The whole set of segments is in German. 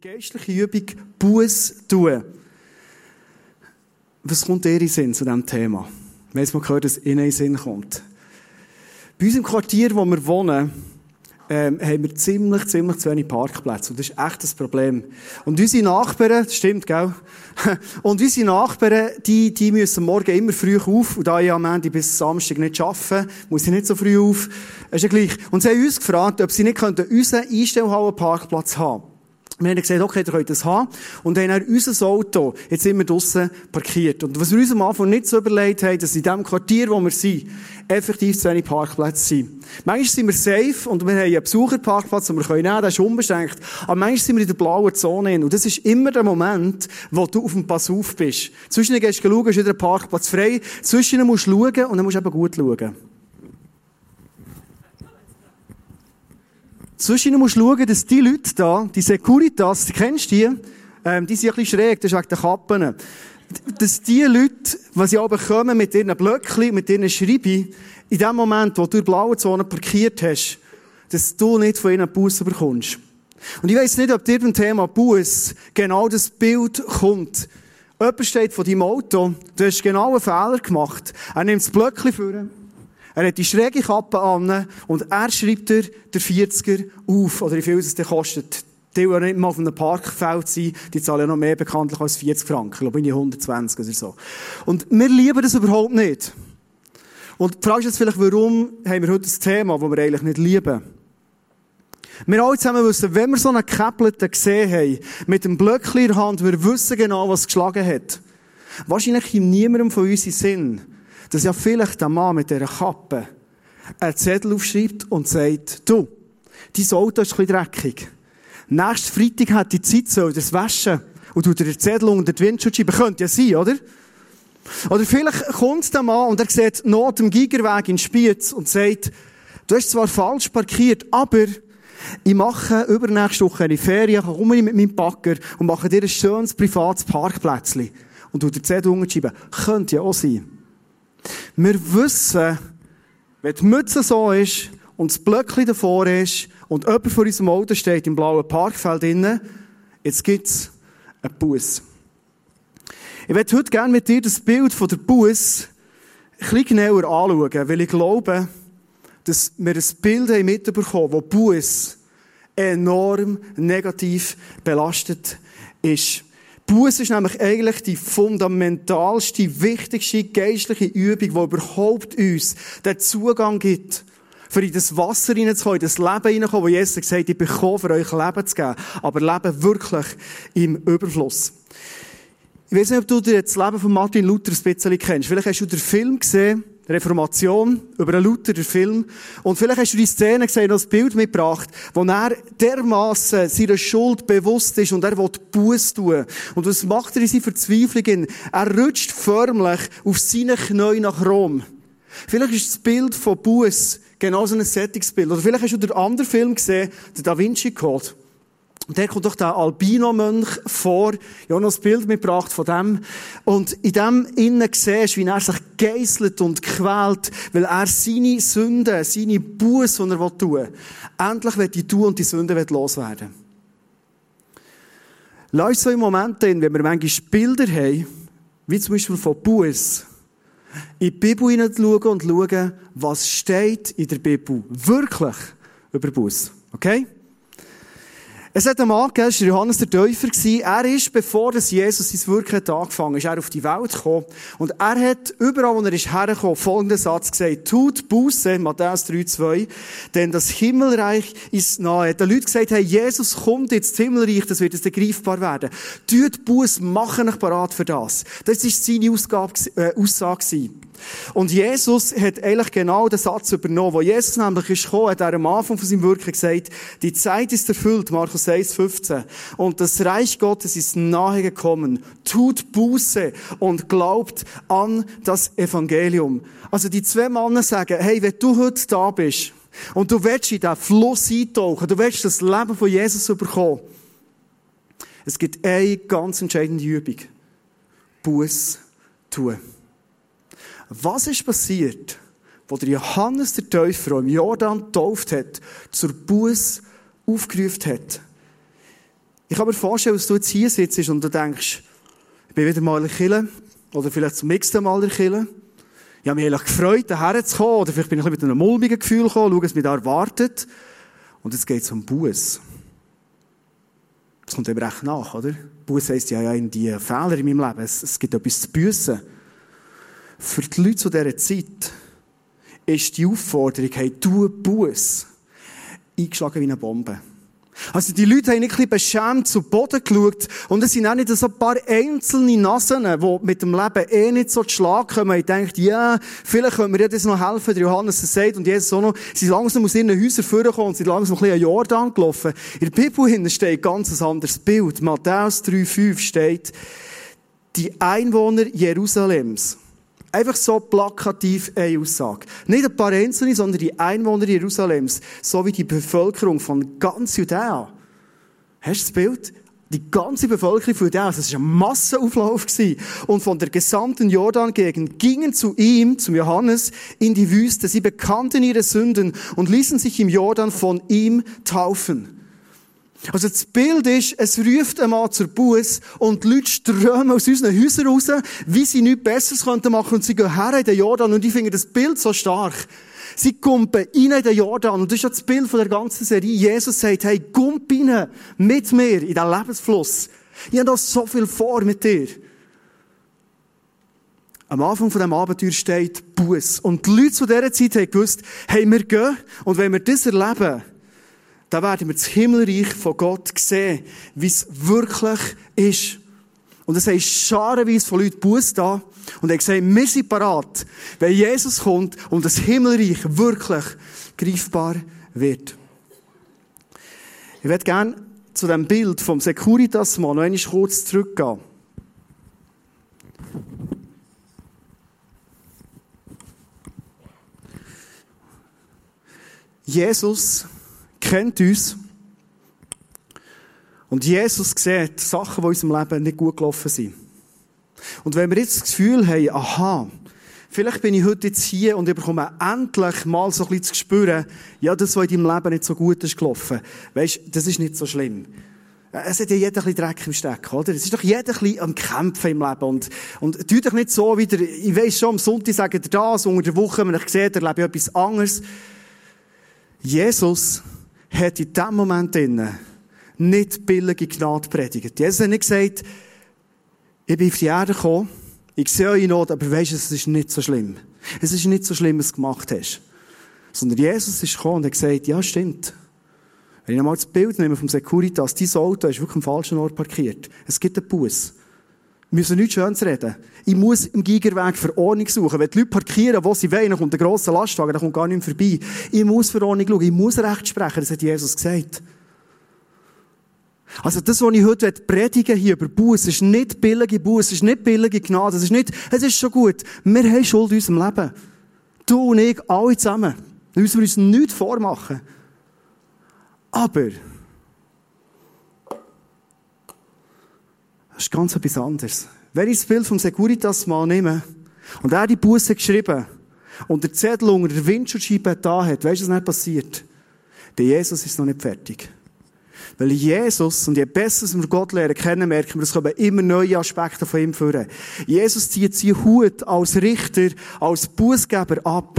geistliche Übung Buß tun. Was kommt dir in den Sinn zu diesem Thema? Wir haben mal gehört, dass Ihnen in den Sinn kommt. Bei uns im Quartier, wo wir wohnen, haben wir ziemlich zu wenig Parkplätze. Und das ist echt ein Problem. Und unsere Nachbarn, das stimmt, gell? Und unsere Nachbarn, die müssen morgen immer früh auf. Und da ich am Ende bis Samstag nicht arbeiten, muss ich nicht so früh auf. Das ist ja gleich. Und sie haben uns gefragt, ob sie nicht unseren Einstellhallen-Parkplatz haben könnten. Wir haben gesagt, okay, ihr könnt das haben. Und haben dann unser Auto jetzt immer draussen parkiert. Und was wir uns am Anfang nicht so überlegt haben, dass in dem Quartier, wo wir sind, effektiv zu wenig Parkplätze sind. Manchmal sind wir safe und wir haben einen Besucherparkplatz, den wir nehmen können, der ist unbeschränkt. Aber manchmal sind wir in der blauen Zone hin. Und das ist immer der Moment, wo du auf dem Pass auf bist. Zwischen gehst du schauen, ist wieder ein Parkplatz frei. Zwischen musst du schauen und dann musst du eben gut schauen. Zwischen musst du schauen, dass die Leute da, die Securitas, die kennst du die sind ein bisschen schräg, das ist wegen den Kappen. Dass die Leute, die sie aber kommen mit ihren Blöckchen, mit ihren Schreiben, in dem Moment, wo du in der blauen Zone parkiert hast, dass du nicht von ihnen Buß bekommst. Und ich weiss nicht, ob dir beim Thema Buß genau das Bild kommt. Jemand steht vor deinem Auto, du hast genau einen Fehler gemacht. Er nimmt das Blöckchen vor. Er hat die schräge Kappe an und er schreibt dir den 40er auf, oder wie viel es dir kostet. Die, die nicht mal auf einem Parkfeld sind, die zahlen ja noch mehr bekanntlich als 40 Franken. Ich glaube, 120 oder so. Und wir lieben das überhaupt nicht. Und die Frage ist jetzt vielleicht, warum haben wir heute ein Thema, das wir eigentlich nicht lieben? Wir alle zusammen wissen, wenn wir so einen Käppelten gesehen haben, mit einem Blöckchen in der Hand, wir wissen genau, was geschlagen hat. Wahrscheinlich in niemandem von uns in Sinn, dass ja vielleicht der Mann mit dieser Kappe einen Zettel aufschreibt und sagt, du, dein Auto ist ein bisschen dreckig. Nächsten Freitag hat die Zeit, soll das waschen und du dir den Zettel unter die Windschutzscheibe. Könnte ja sein, oder? Oder vielleicht kommt der Mann und er sieht Not am Gigerweg in Spiez und sagt, du hast zwar falsch parkiert, aber ich mache übernächste Woche eine Ferien, komme ich mit meinem Bagger und mache dir ein schönes privates Parkplätzchen. Und du den Zettel unter die Scheibe. Könnte ja auch sein. Wir wissen, wenn die Mütze so ist und das Blöckchen davor ist und jemand vor unserem Auto steht im blauen Parkfeld innen, jetzt gibt's einen Buß. Ich möchte heute gerne mit dir das Bild von der Buß ein bisschen genauer anschauen, weil ich glaube, dass wir ein Bild mitbekommen haben, wo Buß enorm negativ belastet ist. Buß ist nämlich eigentlich die fundamentalste, wichtigste geistliche Übung, die überhaupt uns den Zugang gibt, für in das Wasser hineinzukommen, in das Leben hineinzukommen, wo Jesus gesagt hat, ich bekomme für euch Leben zu geben, aber Leben wirklich im Überfluss. Ich weiss nicht, ob du das Leben von Martin Luther ein bisschen kennst. Vielleicht hast du den Film gesehen, Reformation, über einen Luther, der Film. Und vielleicht hast du die Szene gesehen, das Bild mitgebracht, wo er dermassen seiner Schuld bewusst ist und er will Buß tun. Und was macht er in seiner Verzweiflung? Er rutscht förmlich auf seinen Knien nach Rom. Vielleicht ist das Bild von Buß genau so ein Sättigungsbild. Oder vielleicht hast du den anderen Film gesehen, den Da Vinci Code. Und der kommt doch der Albino-Mönch vor. Ich habe noch ein Bild mitgebracht von dem. Und in dem innen siehst du, wie er sich geisselt und quält, weil er seine Sünden, seine Buß, die er tun will, endlich will die tun und die Sünden loswerden. Lass uns so im Moment, wenn wir manchmal Bilder haben, wie zum Beispiel von Buß, in die Bibel hineinschauen und schauen, was steht in der Bibel wirklich über Buß. Okay? Es hat einen Mann gegeben, das war Johannes der Täufer. Er ist, bevor Jesus sein Wirken angefangen hat, ist er auf die Welt gekommen. Und er hat überall, wo er ist hergekommen, folgenden Satz gesagt: Tut Buße, Matthäus 3,2, denn das Himmelreich ist nahe. Die Leute gesagt haben, Jesus kommt ins Himmelreich, das wird jetzt greifbar werden. Tut Buße, machen euch parat für das. Das war seine Aussage. Und Jesus hat eigentlich genau den Satz übernommen. Wo Jesus nämlich ist gekommen, hat er am Anfang von seinem Wirken gesagt, die Zeit ist erfüllt, Markus 6,15. Und das Reich Gottes ist nahe gekommen. Tut Buße und glaubt an das Evangelium. Also die zwei Männer sagen, hey, wenn du heute da bist und du willst in diesen Fluss eintauchen, du willst das Leben von Jesus bekommen, es gibt eine ganz entscheidende Übung. Buß tun. Was ist passiert, wo der Johannes der Täufer im Jordan getauft hat, zur Buß aufgerufen hat? Ich kann mir vorstellen, dass du jetzt hier sitzt und du denkst, ich bin wieder mal in der Kirche, oder vielleicht zum nächsten Mal in der Kirche. Ich habe mich eigentlich gefreut, hierher zu kommen, oder vielleicht bin ich mit einem mulmigen Gefühl gekommen, schau, was mich da erwartet. Und jetzt geht es um Buß. Das kommt eben recht nach, oder? Buß heisst ja in die Fehler in meinem Leben. Es gibt etwas zu büssen. Für die Leute zu dieser Zeit ist die Aufforderung, hey, tu Buß, eingeschlagen wie eine Bombe. Also die Leute haben ein bisschen beschämt zu Boden geschaut und es sind auch nicht so ein paar einzelne Nasen, die mit dem Leben nicht so zu Schlag kommen. Ich denke, ja, vielleicht können wir ja das noch helfen, der Johannes es sagt und Jesus auch noch, sie sind langsam aus ihren Häusern vorgekommen und sind langsam ein bisschen an Jordan gelaufen. In der Bibel hinten steht ganz ein anderes Bild. Matthäus 3,5 steht, die Einwohner Jerusalems. Einfach so plakativ eine Aussage. Nicht ein paar Einzelne, sondern die Einwohner Jerusalems, sowie die Bevölkerung von ganz Judäa. Hast du das Bild? Die ganze Bevölkerung von Judäa, das war ein Massenauflauf gewesen. Und von der gesamten Jordan-Gegend gingen zu ihm, zum Johannes, in die Wüste. Sie bekannten ihre Sünden und ließen sich im Jordan von ihm taufen. Also das Bild ist, es ruft einmal zur Buß und die Leute strömen aus unseren Häusern raus, wie sie nichts Besseres machen könnten und sie gehen her in den Jordan und ich finde das Bild so stark. Sie kumpen rein in den Jordan und das ist ja das Bild von der ganzen Serie. Jesus sagt, hey, kump rein mit mir in diesen Lebensfluss. Ich habe da so viel vor mit dir. Am Anfang von diesem Abenteuer steht Buß und die Leute zu dieser Zeit haben gewusst, hey, wir gehen und wenn wir das erleben, da werden wir das Himmelreich von Gott sehen, wie es wirklich ist. Und es haben scharenweise von Leuten Buß da und haben gesagt, wir sind parat, wenn Jesus kommt und das Himmelreich wirklich greifbar wird. Ich würde gerne zu dem Bild vom Securitas-Mann noch einmal kurz zurückgehen. Jesus kennt uns. Und Jesus sieht Sachen, die in unserem Leben nicht gut gelaufen sind. Und wenn wir jetzt das Gefühl haben, aha, vielleicht bin ich heute jetzt hier und ich bekomme endlich mal so ein bisschen zu spüren, ja, das, was in deinem Leben nicht so gut ist gelaufen. Weisst, das ist nicht so schlimm. Es hat ja jeder ein bisschen Dreck im Stecken, oder? Es ist doch jeder ein bisschen am Kämpfen im Leben. Und tu doch nicht so wieder, ich weiss schon, am Sonntag sagen dir das, unter der Woche, wenn ich sehe, erlebe ich etwas anderes. Jesus hat in diesem Moment nicht billige Gnade predigt. Jesus hat nicht gesagt, ich bin auf die Erde gekommen, ich sehe eure Not, aber weisst du, es ist nicht so schlimm. Es ist nicht so schlimm, was du gemacht hast. Sondern Jesus ist gekommen und hat gesagt, ja, stimmt. Wenn ich nochmal das Bild nehme vom Securitas, dein Auto ist wirklich am falschen Ort parkiert. Es gibt einen Bus. Wir müssen nichts Schönes reden. Ich muss im Gigerweg Verordnung suchen. Wenn die Leute parkieren, wo sie wollen, dann kommt ein grosser Lastwagen, dann kommt gar nicht mehr vorbei. Ich muss Verordnung schauen, ich muss Recht sprechen, das hat Jesus gesagt. Also das, was ich heute predigen hier über Buß, ist nicht billige Buß, ist nicht billige Gnade, es ist schon gut. Wir haben Schuld in unserem Leben. Du und ich, alle zusammen. Da müssen wir uns nichts vormachen. Aber das ist ganz etwas anderes. Wenn ich das Bild vom Securitas mal nehme und er die Busse geschrieben und der Zettel unter der Windschutzscheibe da hat, weisst du, was nicht passiert? Bei Jesus ist es noch nicht fertig. Weil Jesus, und je besser wir Gott lernen kennen, merken wir, es kommen immer neue Aspekte von ihm vor. Jesus zieht seinen Hut als Richter, als Bußgeber ab.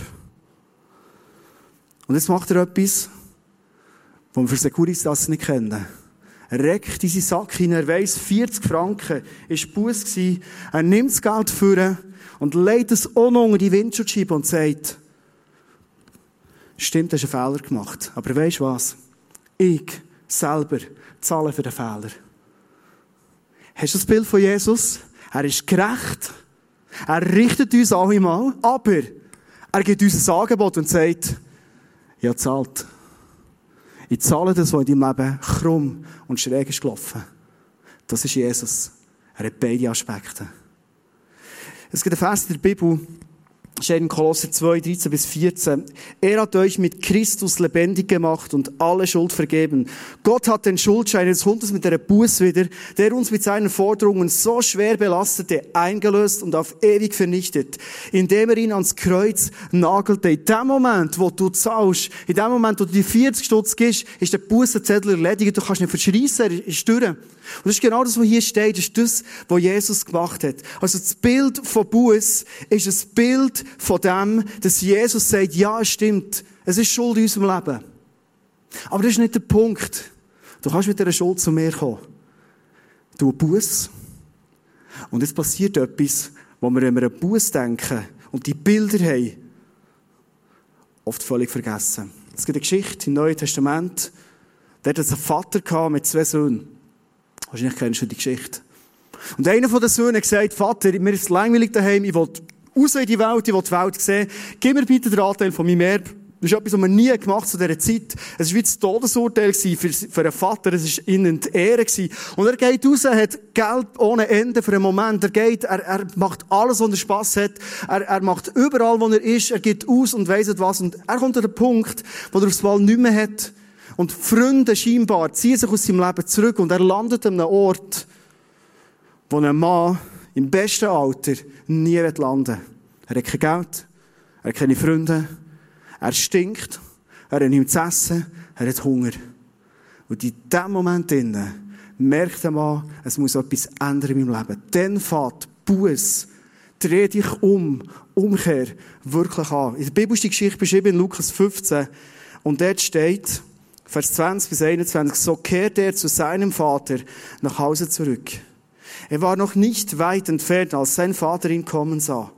Und jetzt macht er etwas, was wir für Securitas nicht kennen. Er reckt in seinen Sack hinein, er weiss, 40 Franken war Buß gewesen. Er nimmt das Geld vor und legt es auch noch unter die Windschutzscheibe und sagt, stimmt, du hast einen Fehler gemacht. Aber weisst du was? Ich selber zahle für den Fehler. Hast du das Bild von Jesus? Er ist gerecht. Er richtet uns alle mal. Aber er gibt uns ein Angebot und sagt, ja, zahlt. Ich zahle das, was in deinem Leben krumm und schräg ist gelaufen. Das ist Jesus. Er hat beide Aspekte. Es gibt einen Vers in der Bibel, steht in Kolosser 2, 13 bis 14. Er hat euch mit Christus lebendig gemacht und alle Schuld vergeben. Gott hat den Schuldschein des Hundes mit der Buß wieder, der uns mit seinen Forderungen so schwer belastete, eingelöst und auf ewig vernichtet, indem er ihn ans Kreuz nagelte. In dem Moment, wo du zahlst, in dem Moment, wo du die 40 Stutz gibst, ist der Bußenzettel erledigt. Du kannst nicht verschreissen, er ist durch. Und das ist genau das, was hier steht. Das ist das, was Jesus gemacht hat. Also das Bild von Buß ist ein Bild von dem, dass Jesus sagt, ja, es stimmt, es ist Schuld in unserem Leben. Aber das ist nicht der Punkt. Du kannst mit dieser Schuld zu mir kommen. Du Buß. Und jetzt passiert etwas, wo wir, wenn wir an Buß denken und die Bilder haben, oft völlig vergessen. Es gibt eine Geschichte im Neuen Testament, da hat es einen Vater gehabt mit 2 Söhnen. Wahrscheinlich kennst du die Geschichte. Und einer von den Söhnen hat gesagt, Vater, mir ist langweilig daheim, ich will raus in die Welt, ich will die Welt sehen. Gib mir bitte den Anteil von meinem Erbe. Das ist etwas, was wir nie gemacht haben zu dieser Zeit. Es war wie das Todesurteil für einen Vater. Es war ihnen die Ehre. Und er geht raus, hat Geld ohne Ende für einen Moment. Er macht alles, was er Spass hat. Er macht überall, wo er ist. Er geht aus und weiss nicht was. Und er kommt an den Punkt, wo er aufs Mal nicht mehr hat. Und Freunde scheinbar ziehen sich aus seinem Leben zurück. Und er landet an einem Ort, wo ein Mann im besten Alter nie landen will. Er hat kein Geld, er hat keine Freunde, er stinkt, er hat nichts zu essen, er hat Hunger. Und in diesem Moment merkt der Mann, es muss etwas ändern in meinem Leben. Dann fängt Buß, dreh dich Umkehr wirklich an. In der Bibel ist die Geschichte beschrieben in Lukas 15 und dort steht, Vers 20 bis 21, so kehrt er zu seinem Vater nach Hause zurück. Er war noch nicht weit entfernt, als sein Vater ihn kommen sah.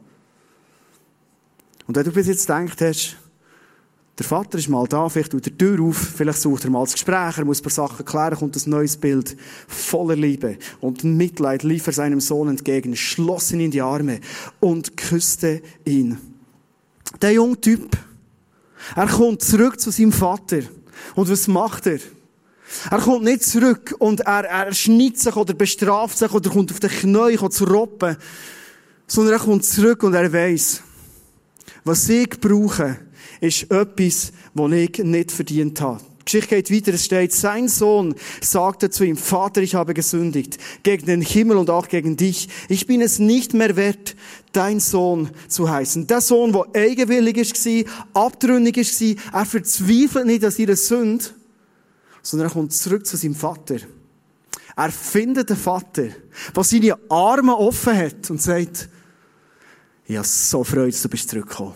Und wenn du bis jetzt gedacht hast, der Vater ist mal da, vielleicht tut er die Tür auf, vielleicht sucht er mal das Gespräch, er muss ein paar Sachen klären, kommt ein neues Bild voller Liebe und Mitleid lief er seinem Sohn entgegen, schloss ihn in die Arme und küsste ihn. Der junge Typ, er kommt zurück zu seinem Vater. Und was macht er? Er kommt nicht zurück und er schneidet sich oder bestraft sich oder kommt auf den Knien zu robben, sondern er kommt zurück und er weiss, was ich brauche, ist etwas, das ich nicht verdient habe. Die Geschichte geht weiter, es steht, sein Sohn sagte zu ihm, Vater, ich habe gesündigt, gegen den Himmel und auch gegen dich. Ich bin es nicht mehr wert, dein Sohn zu heißen. Der Sohn, der eigenwillig war, abtrünnig war, er verzweifelt nicht an seiner Sünde, sondern er kommt zurück zu seinem Vater. Er findet den Vater, der seine Arme offen hat und sagt, ich habe so Freude, dass du bist zurückgekommen.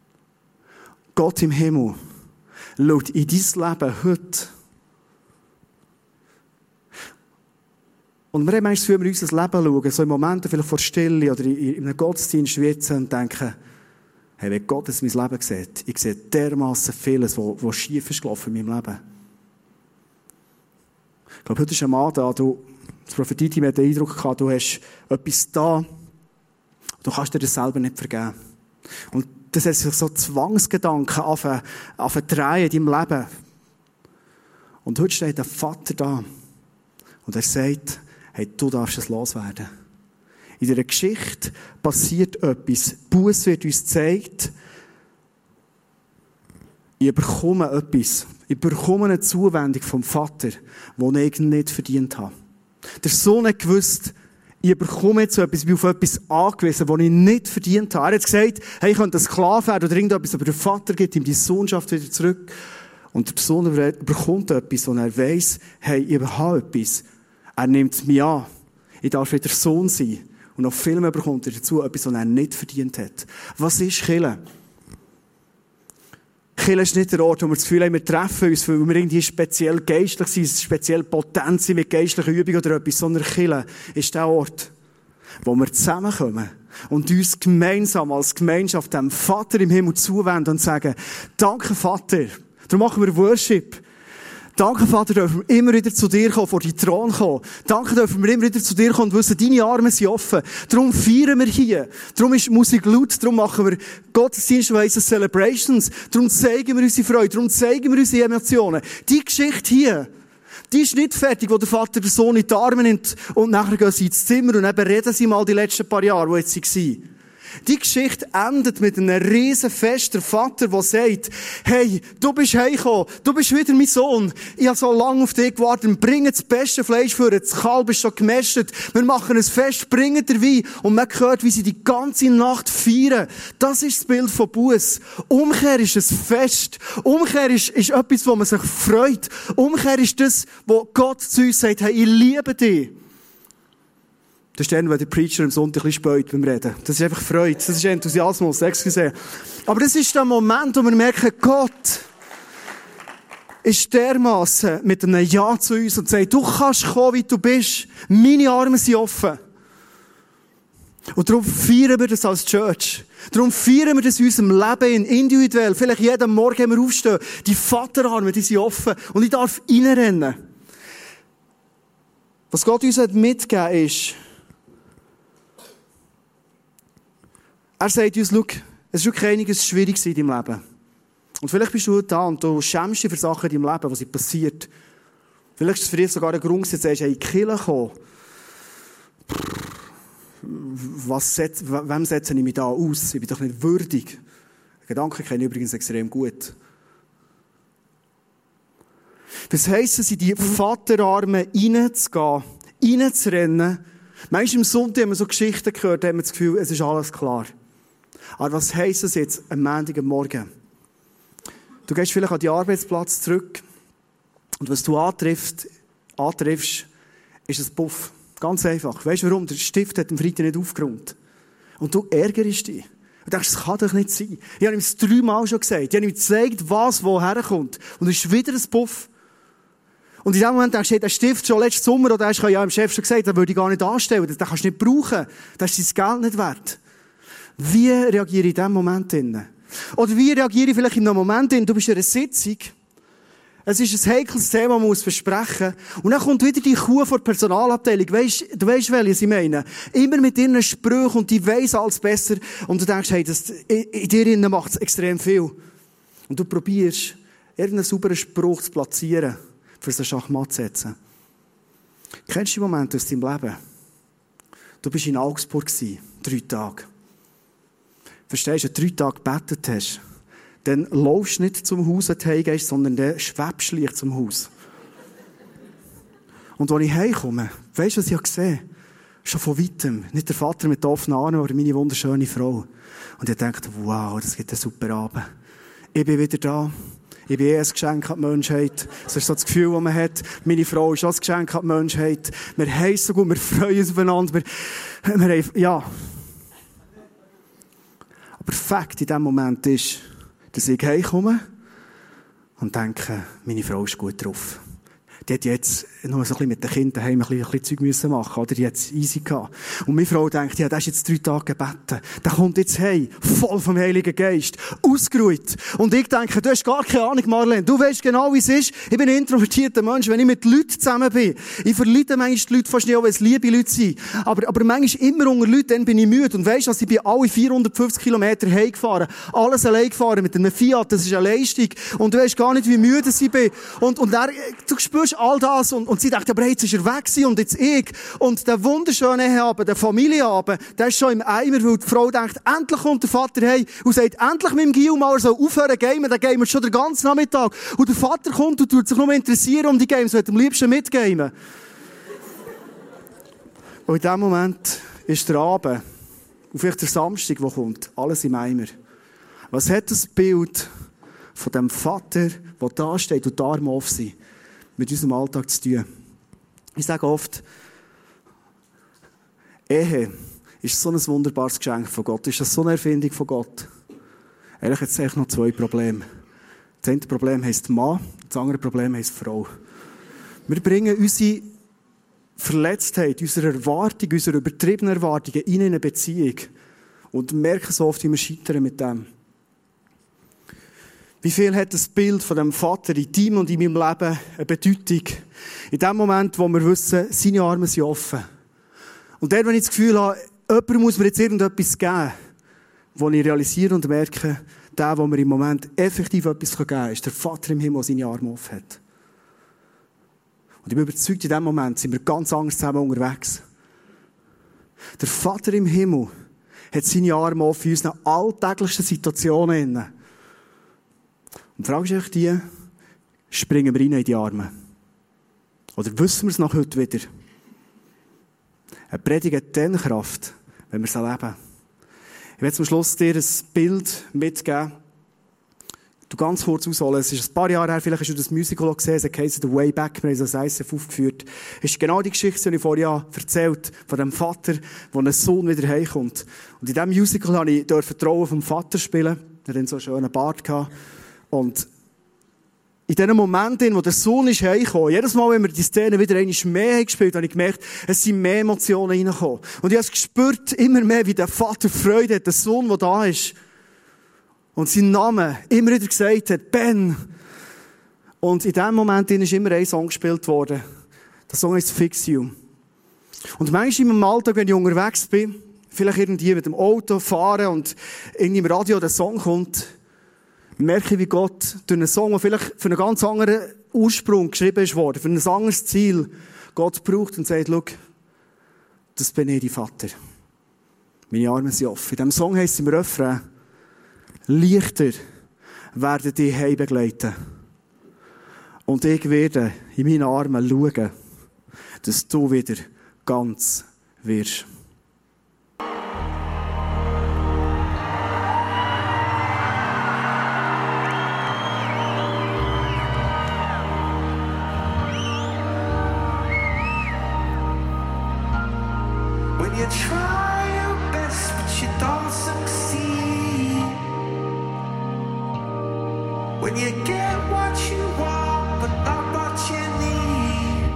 Gott im Himmel schaut in dein Leben heute. Und wir haben manchmal das Gefühl, wir unser Leben schauen, so in Momenten vielleicht vor Stille oder in einem Gottesdienst schwitzen und denken, hey, wenn Gott jetzt mein Leben sieht, ich sehe dermassen vieles, was schief ist gelaufen in meinem Leben. Ich glaube, heute ist ein Mann da, das Prophetie-Team hat den Eindruck gehabt, du hast etwas da, du kannst dir das selber nicht vergeben. Und das hat sich so Zwangsgedanken drehen in deinem Leben. Und heute steht der Vater da. Und er sagt, hey, du darfst es loswerden. In dieser Geschichte passiert etwas. Buß wird uns gezeigt, ich bekomme etwas. Ich bekomme eine Zuwendung vom Vater, die ich nicht verdient habe. Der Sohn hat gewusst, ich bekomme jetzt so etwas, ich bin auf etwas angewiesen, das ich nicht verdient habe. Er hat gesagt, hey, ich könnte ein Sklave werden oder irgendetwas, aber der Vater gibt ihm die Sohnschaft wieder zurück. Und der Sohn bekommt etwas, und er weiss, hey, ich habe etwas. Er nimmt mich an. Ich darf wieder Sohn sein. Und noch viel mehr bekommt er dazu, etwas, was er nicht verdient hat. Was ist Kirche? Kirche ist nicht der Ort, wo wir das Gefühl haben, wir treffen uns, weil wir irgendwie speziell geistlich sind, speziell potent sind mit geistlichen Übungen oder etwas, sondern Kirche ist der Ort, wo wir zusammenkommen und uns gemeinsam als Gemeinschaft dem Vater im Himmel zuwenden und sagen, danke Vater, darum machen wir Worship. Danke, Vater, dürfen wir immer wieder zu dir kommen, vor die Thron kommen. Danke, dürfen wir immer wieder zu dir kommen und wissen, deine Arme sind offen. Darum feiern wir hier. Darum ist die Musik laut. Darum machen wir Gottesdienstweise Celebrations. Darum zeigen wir unsere Freude. Darum zeigen wir unsere Emotionen. Die Geschichte hier, die ist nicht fertig, wo der Vater den Sohn in die Arme nimmt und nachher gehen sie ins Zimmer und eben reden sie mal die letzten paar Jahre, wo jetzt sie waren. Die Geschichte endet mit einem riesen Fest. Der Vater, der sagt, hey, du bist heimgekommen, du bist wieder mein Sohn. Ich habe so lange auf dich gewartet. Bring das beste Fleisch für das Kalb ist schon gemästet. Wir machen ein Fest, bringen den Wein. Und man hört, wie sie die ganze Nacht feiern. Das ist das Bild von Buß. Umkehr ist ein Fest. Umkehr ist etwas, wo man sich freut. Umkehr ist das, wo Gott zu uns sagt, hey, ich liebe dich. Das ist dann, wenn der Preacher am Sonntag ein bisschen spät beim Reden. Das ist einfach Freude. Das ist Enthusiasmus. Excuse. Aber das ist der Moment, wo wir merken, Gott ist dermassen mit einem Ja zu uns und sagt, du kannst kommen, wie du bist. Meine Arme sind offen. Und darum feiern wir das als Church. Darum feiern wir das in unserem Leben individuell. Vielleicht jeden Morgen, wenn wir aufstehen, die Vaterarme, die sind offen. Und ich darf reinrennen. Was Gott uns mitgegeben ist, er sagt uns, schau, es ist wirklich einiges schwierig in deinem Leben. Und vielleicht bist du da und du schämst dich für Sachen in deinem Leben, was passiert. Vielleicht ist es für dich sogar ein Grund, dass du sagst, hey, in die Kirche kommen. Wem setze ich mich da aus? Ich bin doch nicht würdig. Den Gedanken kenne ich übrigens extrem gut. Das heisst es, in die Vaterarme reinzugehen, reinzurennen. Manchmal am Sonntag haben wir so Geschichten gehört, da haben wir das Gefühl, es ist alles klar. Aber was heisst es jetzt am Montagmorgen? Du gehst vielleicht an den Arbeitsplatz zurück und was du antriffst, ist ein Puff. Ganz einfach. Weißt du warum? Der Stift hat am Freitag nicht aufgeräumt. Und du ärgerst dich. Du denkst, das kann doch nicht sein. Ich habe ihm es 3 Mal schon gesagt. Ich habe ihm gezeigt, was woher kommt. Und es ist wieder ein Puff. Und in dem Moment denkst du, hey, der Stift schon letzten Sommer, oder hast du ja dem Chef schon gesagt, den würde ich gar nicht anstellen. Den kannst du nicht brauchen. Das ist dein Geld nicht wert. Wie reagiere ich in diesem Moment? Oder wie reagiere ich vielleicht in einem Moment? Du bist in einer Sitzung. Es ist ein heikles Thema, man muss versprechen. Und dann kommt wieder die Kuh von der Personalabteilung. Du weisst, welche sie meinen. Immer mit ihren Sprüchen und die weiss alles besser. Und du denkst, hey, das, in dir macht es extrem viel. Und du probierst, irgendeinen sauberen Spruch zu platzieren, für so Schachmatt zu setzen. Kennst du die Momente aus deinem Leben? Du bist in Augsburg 3 Tage. Verstehst du, 3 Tage gebetet hast, dann laufst du nicht zum Haus, wenn du heimgehst, sondern dann schwebst du zum Haus. Und als ich heimkomme, weisst du, was ich gesehen habe? Schon von weitem. Nicht der Vater mit offenen Armen, aber meine wunderschöne Frau. Und ich dachte, wow, das gibt einen super Abend. Ich bin wieder da. Ich bin ein Geschenk an die Menschheit. Das ist so das Gefühl, das man hat. Meine Frau ist auch ein Geschenk an die Menschheit. Wir heissen so gut, wir freuen uns aufeinander. Wir haben, ja. Aber Fakt in diesem Moment ist, dass ich heimkomme und denke, meine Frau ist gut drauf. Die hat jetzt nur so ein bisschen mit den Kindern heim ein bisschen Zeug müssen machen, oder? Die hat es easy gehabt. Und meine Frau denkt, ja, der ist jetzt 3 Tage gebeten. Der kommt jetzt heim, voll vom Heiligen Geist, ausgeruht. Und ich denke, du hast gar keine Ahnung, Marlene. Du weißt genau, wie es ist. Ich bin ein introvertierter Mensch, wenn ich mit Leuten zusammen bin. Ich verleide manchmal die Leute fast nicht, auch wenn es liebe Leute sind. Aber manchmal immer unter Leuten, dann bin ich müde. Und weisst du, ich bin alle 450 Kilometer heimgefahren. Alles allein gefahren mit einem Fiat. Das ist eine Leistung. Und du weißt gar nicht, wie müde ich bin. Und dann, du spürst all das. Und sie dachte, aber jetzt ist er weg gewesen und jetzt ich. Und der wunderschöne Eheabend, der Familienabend, der ist schon im Eimer, weil die Frau denkt, endlich kommt der Vater heim und sagt, endlich mit dem Gil mal so aufhören gamen, dann gamen wir schon den ganzen Nachmittag. Und der Vater kommt und tut sich nur interessieren um die Games, wird am liebsten mitgamen. Und in dem Moment ist der Abend, und vielleicht der Samstag, der kommt, alles im Eimer. Was hat das Bild von dem Vater, der da steht und die Arme offen sind, mit unserem Alltag zu tun? Ich sage oft, Ehe ist so ein wunderbares Geschenk von Gott. Ist das so eine Erfindung von Gott? Ehrlich, jetzt sehe ich noch 2 Probleme. Das eine Problem heisst Mann, das andere Problem heisst Frau. Wir bringen unsere Verletztheit, unsere Erwartung, unsere übertriebenen Erwartungen in eine Beziehung und merken so oft, wie wir scheitern mit dem. Wie viel hat das Bild von dem Vater in deinem und in meinem Leben eine Bedeutung? In dem Moment, wo wir wissen, seine Arme sind offen. Und dann, wenn ich das Gefühl habe, jemand muss mir jetzt irgendetwas geben, wo ich realisiere und merke, der mir im Moment effektiv etwas geben kann, ist der Vater im Himmel, der seine Arme offen hat. Und ich bin überzeugt, in dem Moment sind wir ganz anders zusammen unterwegs. Der Vater im Himmel hat seine Arme offen in unseren alltäglichsten Situationen. Und die Frage ist eigentlich die, springen wir rein in die Arme? Oder wissen wir es nach heute wieder? Eine Predigt hat dann Kraft, wenn wir es erleben. Ich werde zum Schluss dir ein Bild mitgeben. Du ganz kurz ausholen. Es ist ein paar Jahre her, vielleicht hast du das Musical gesehen, es heisst The Way Back, wir haben es als ISF aufgeführt. Es ist genau die Geschichte, die ich vorher erzählt habe, von dem Vater, der einen Sohn wieder heimkommt. Und in diesem Musical durfte ich die Rolle vom Vater spielen. Er hatte so einen schönen Bart gehabt. Und in diesen Momenten, wo der Sohn ist heimgekommen, jedes Mal, wenn wir die Szene wieder einmal mehr gespielt haben, habe ich gemerkt, es sind mehr Emotionen reingekommen. Und ich habe es gespürt, immer mehr, wie der Vater Freude hat, der Sohn, der da ist. Und sein Name immer wieder gesagt hat, Ben. Und in diesem Moment ist immer ein Song gespielt worden. Der Song heißt Fix You. Und manchmal im Alltag, wenn ich unterwegs bin, vielleicht irgendwie mit dem Auto fahren und irgendwie im Radio der Song kommt, merke ich, wie Gott durch einen Song, der vielleicht für einen ganz anderen Ursprung geschrieben ist worden, für ein anderes Ziel, Gott braucht und sagt, schau, das bin ich, dein Vater. Meine Arme sind offen. In diesem Song heisst es im Refrain, Lichter werden dich heim begleiten. Und ich werde in meinen Armen schauen, dass du wieder ganz wirst. When you try your best but you don't succeed, when you get what you want but not what you need,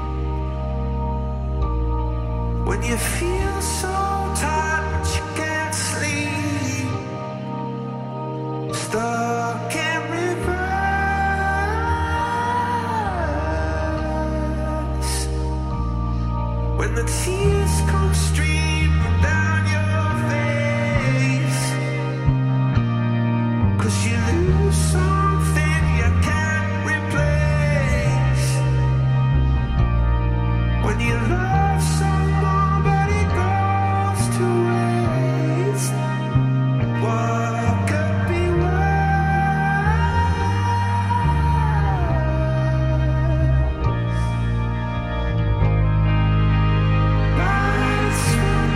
when you feel so tired but you can't sleep, stuck in reverse, when the tears come streaming down your face, 'cause you lose something you can't replace, when you love someone but it goes to waste, what could be worse? Lights from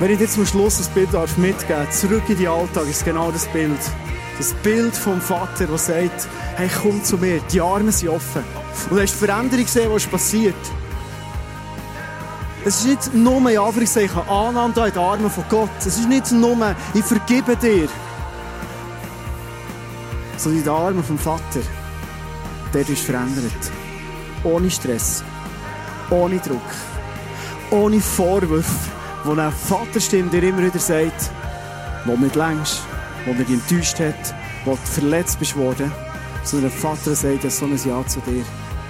Wenn ich dir zum Schluss das Bild mitgeben darf, zurück in den Alltag, ist genau das Bild. Das Bild vom Vater, der sagt, hey, komm zu mir, die Arme sind offen. Und du hast die Veränderung gesehen, was passiert. Es ist nicht nur, in Anführungszeichen, Annahme da in den Armen von Gott. Es ist nicht nur, ich vergebe dir. Sondern in den Armen vom Vater, der ist verändert. Ohne Stress, ohne Druck, ohne Vorwürfe, wo eine Vaterstimme dir immer wieder sagt, wo du nicht längst, wo dich enttäuscht hat, wo du verletzt bist worden, sondern der Vater sagt, so ein Ja zu dir.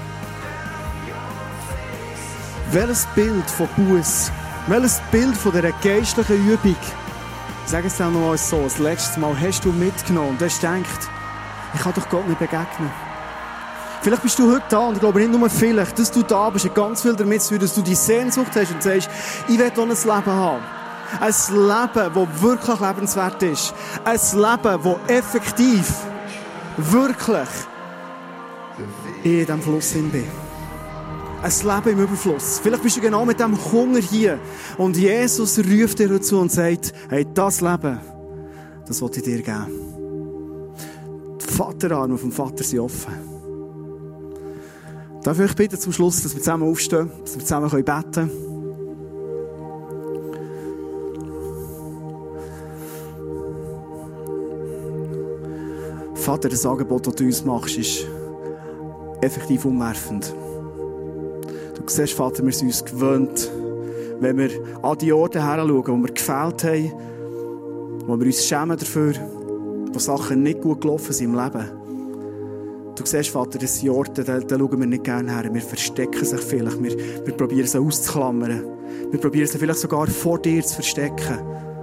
Welches Bild von Buß, welches Bild von dieser geistlichen Übung, sag es dann noch mal so, das letzte Mal hast du mitgenommen und hast gedacht, ich kann doch Gott nicht begegnen. Vielleicht bist du heute da und ich glaube nicht nur vielleicht, dass du da bist, hat ganz viel damit zu tun, dass du die Sehnsucht hast und sagst, ich will auch ein Leben haben. Ein Leben, das wirklich lebenswert ist. Ein Leben, das effektiv, wirklich in diesem Fluss bin. Ein Leben im Überfluss. Vielleicht bist du genau mit diesem Hunger hier und Jesus ruft dir dazu und sagt, hey, das Leben, das will ich dir geben. Die Vaterarme vom Vater sind offen. Darf ich euch bitten zum Schluss, dass wir zusammen aufstehen, dass wir zusammen beten können? Vater, das Angebot, das du uns machst, ist effektiv umwerfend. Du siehst, Vater, wir sind uns gewöhnt, wenn wir an die Orte heranschauen, wo wir gefehlt haben, wo wir uns schämen dafür, wo Sachen nicht gut gelaufen sind im Leben. Du siehst, Vater, das sind Orte, da schauen wir nicht gerne her. Wir verstecken sich vielleicht. Wir probieren sie auszuklammern. Wir probieren sie vielleicht sogar vor dir zu verstecken.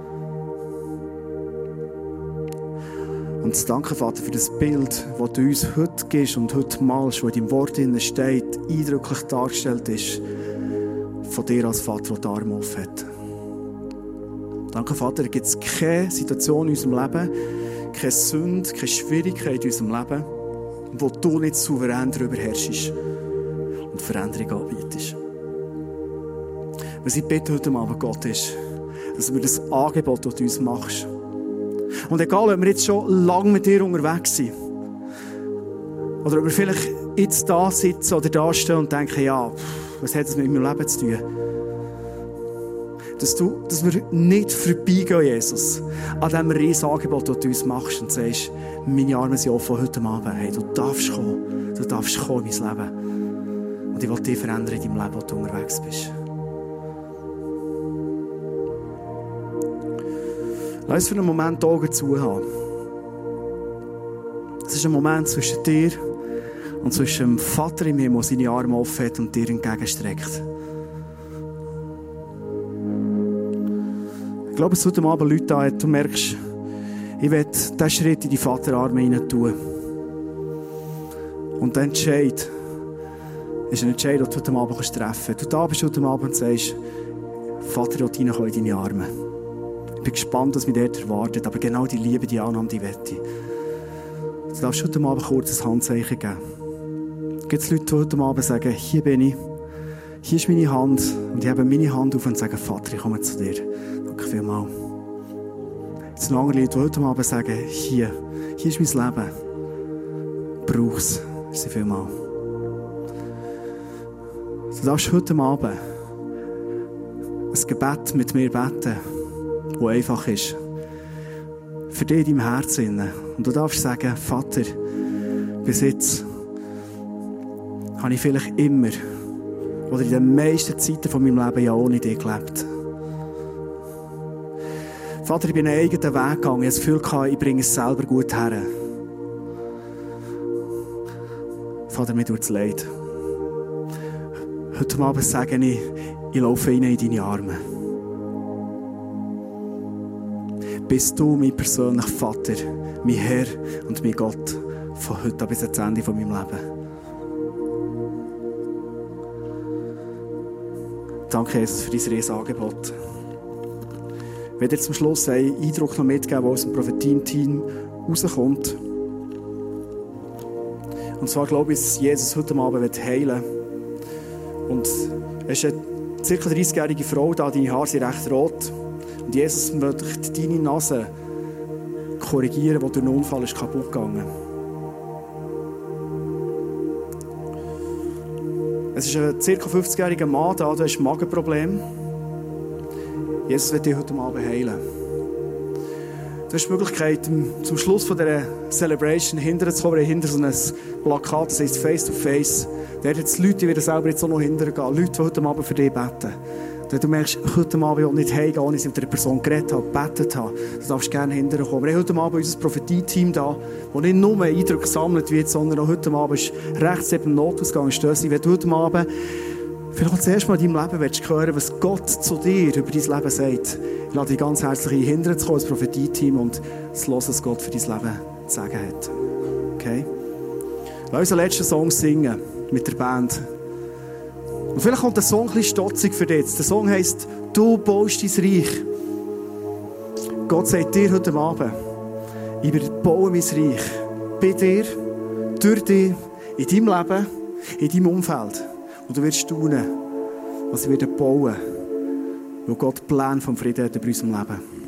Und danke, Vater, für das Bild, das du uns heute gibst und heute malst, das in deinem Wort steht, eindrücklich dargestellt ist, von dir als Vater, der die Arme offen hat. Danke, Vater, da gibt es keine Situation in unserem Leben, keine Sünde, keine Schwierigkeit in unserem Leben, wo du nicht souverän darüber herrschst und Veränderung anbietest. Was ich bitte heute Abend, Gott, ist, dass wir das Angebot, das du uns machst, und egal, ob wir jetzt schon lange mit dir unterwegs sind, oder ob wir vielleicht jetzt da sitzen oder da stehen und denken, ja, was hat das mit meinem Leben zu tun? Dass wir nicht vorbeigehen, Jesus, an diesem riesen Angebot, das du uns machst und sagst, meine Arme sind offen heute Abend. Hey, du darfst kommen in mein Leben. Und ich will dich verändern in deinem Leben, wo du unterwegs bist. Lass uns für einen Moment die Augen zu haben. Es ist ein Moment zwischen dir und zwischen dem Vater im Himmel, der seine Arme offen hat und dir entgegenstreckt. Ich glaube, es heute Abend Leute da hat, du merkst, ich will diesen Schritt in die Vaterarme hinein tun. Und der Entscheid ist ein Entscheid, den du heute Abend treffen kannst. Du da bist heute Abend und sagst, Vater, ich will reinkommen in deine Arme. Ich bin gespannt, was mich dort erwartet, aber genau die Liebe, die Annahme, die wette ich. Du darfst heute Abend kurz ein Handzeichen geben. Gibt es Leute, die heute Abend sagen, hier bin ich, hier ist meine Hand und ich habe meine Hand auf und sage, Vater, ich komme zu dir. Danke vielmals. Jetzt sind andere Leute, die heute Abend sagen, hier ist mein Leben. Brauch es. Danke vielmals. Du darfst heute Abend ein Gebet mit mir beten, das einfach ist. Für dich in deinem Herzen. Und du darfst sagen, Vater, bis jetzt habe ich vielleicht immer oder in den meisten Zeiten von meinem Leben ja ohne dich gelebt. Vater, ich bin einen eigenen Weg gegangen. Ich habe das Gefühl gehabt, ich bringe es selber gut her. Vater, mir tut es leid. Heute Abend sage ich laufe rein in deine Arme. Bist du mein persönlicher Vater, mein Herr und mein Gott von heute bis zum Ende von meinem Leben. Danke, Jesus, für dein Riesenangebot. Ich werde dir zum Schluss einen Eindruck noch mitgeben, der aus dem Prophetien-Team rauskommt. Und zwar glaube ich, dass Jesus heute Abend heilen will. Und es ist eine ca. 30-jährige Frau da, deine Haare sind recht rot. Und Jesus möchte deine Nase korrigieren, die durch einen Unfall ist kaputt gegangen. Es ist ein ca. 50-jähriger Mann da, der hat ein Magenproblem. Jesus wird dich heute Abend heilen. Du hast die Möglichkeit, zum Schluss von dieser Celebration hinterher zu kommen, hinter so ein Plakat, das heisst Face to Face. Da hat es Leute, die werden selber jetzt auch noch hinterher gehen. Leute, die heute Abend für dich beten. Wenn du merkst, heute Abend will ich nicht heimgehen, ohne dass ich mit einer Person geredet habe, gebetet habe, dann darfst du gerne hinterher kommen. Wir haben heute Abend unser Prophetie-Team da, das nicht nur Eindrücke gesammelt wird, sondern auch heute Abend ist rechts neben dem Notausgang stehen. Wenn du heute Abend vielleicht zuerst mal in deinem Leben willst hören, was Gott zu dir über dein Leben sagt, ich lade dich ganz herzlich ein, hinterher zu kommen, das Prophetie-Team, und zu hören, was Gott für dein Leben zu sagen hat. Okay? Lass uns den letzten Song singen mit der Band. Und vielleicht kommt der Song ein bisschen stotzig für dich. Der Song heisst «Du baust dein Reich». Gott sagt dir heute Abend, ich baue mein Reich. Bei dir, durch dich, in deinem Leben, in deinem Umfeld. Und du wirst staunen, was ich bauen werde, weil Gott Pläne vom Frieden hat in unserem Leben.